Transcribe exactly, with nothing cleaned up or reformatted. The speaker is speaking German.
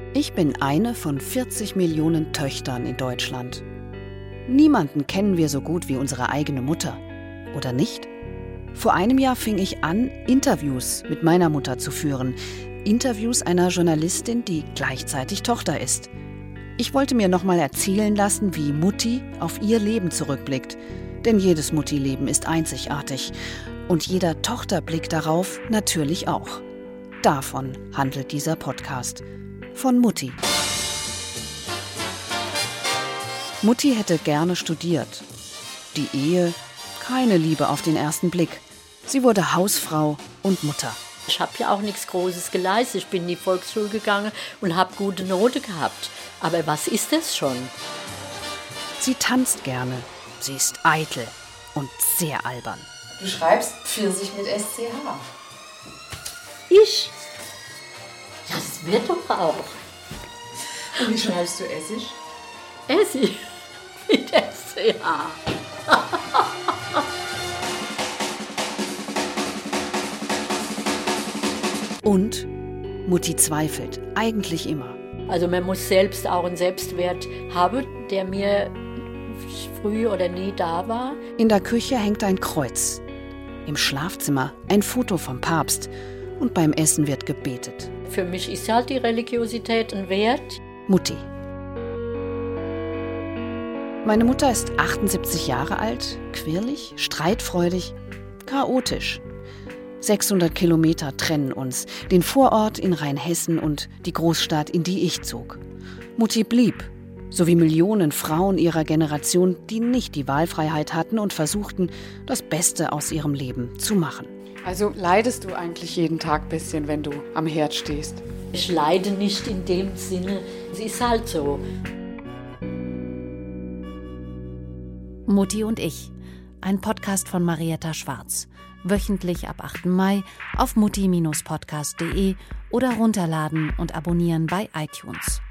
Ich bin eine von vierzig Millionen Töchtern in Deutschland. Niemanden kennen wir so gut wie unsere eigene Mutter. Oder nicht? Vor einem Jahr fing ich an, Interviews mit meiner Mutter zu führen. Interviews einer Journalistin, die gleichzeitig Tochter ist. Ich wollte mir noch mal erzählen lassen, wie Mutti auf ihr Leben zurückblickt. Denn jedes Mutti-Leben ist einzigartig. Und jeder Tochterblick darauf natürlich auch. Davon handelt dieser Podcast. Von Mutti. Mutti hätte gerne studiert. Die Ehe, keine Liebe auf den ersten Blick. Sie wurde Hausfrau und Mutter. Ich habe ja auch nichts Großes geleistet. Ich bin in die Volksschule gegangen und habe gute Note gehabt. Aber was ist das schon? Sie tanzt gerne. Sie ist eitel und sehr albern. Du schreibst Pfirsich mit S C H. Ich? Ja, das wird doch auch. Und wie schreibst du Essig? Essig mit S C H. Und Mutti zweifelt, eigentlich immer. Also man muss selbst auch einen Selbstwert haben, der mir früh oder nie da war. In der Küche hängt ein Kreuz. Im Schlafzimmer ein Foto vom Papst. Und beim Essen wird gebetet. Für mich ist halt die Religiosität ein Wert. Mutti. Meine Mutter ist achtundsiebzig Jahre alt, quirlig, streitfreudig, chaotisch. sechshundert Kilometer trennen uns, den Vorort in Rheinhessen und die Großstadt, in die ich zog. Mutti blieb, so wie Millionen Frauen ihrer Generation, die nicht die Wahlfreiheit hatten und versuchten, das Beste aus ihrem Leben zu machen. Also leidest du eigentlich jeden Tag ein bisschen, wenn du am Herd stehst? Ich leide nicht in dem Sinne, es ist halt so. Mutti und ich, ein Podcast von Marietta Schwarz. Wöchentlich ab achten Mai auf mutti Bindestrich podcast punkt de oder runterladen und abonnieren bei iTunes.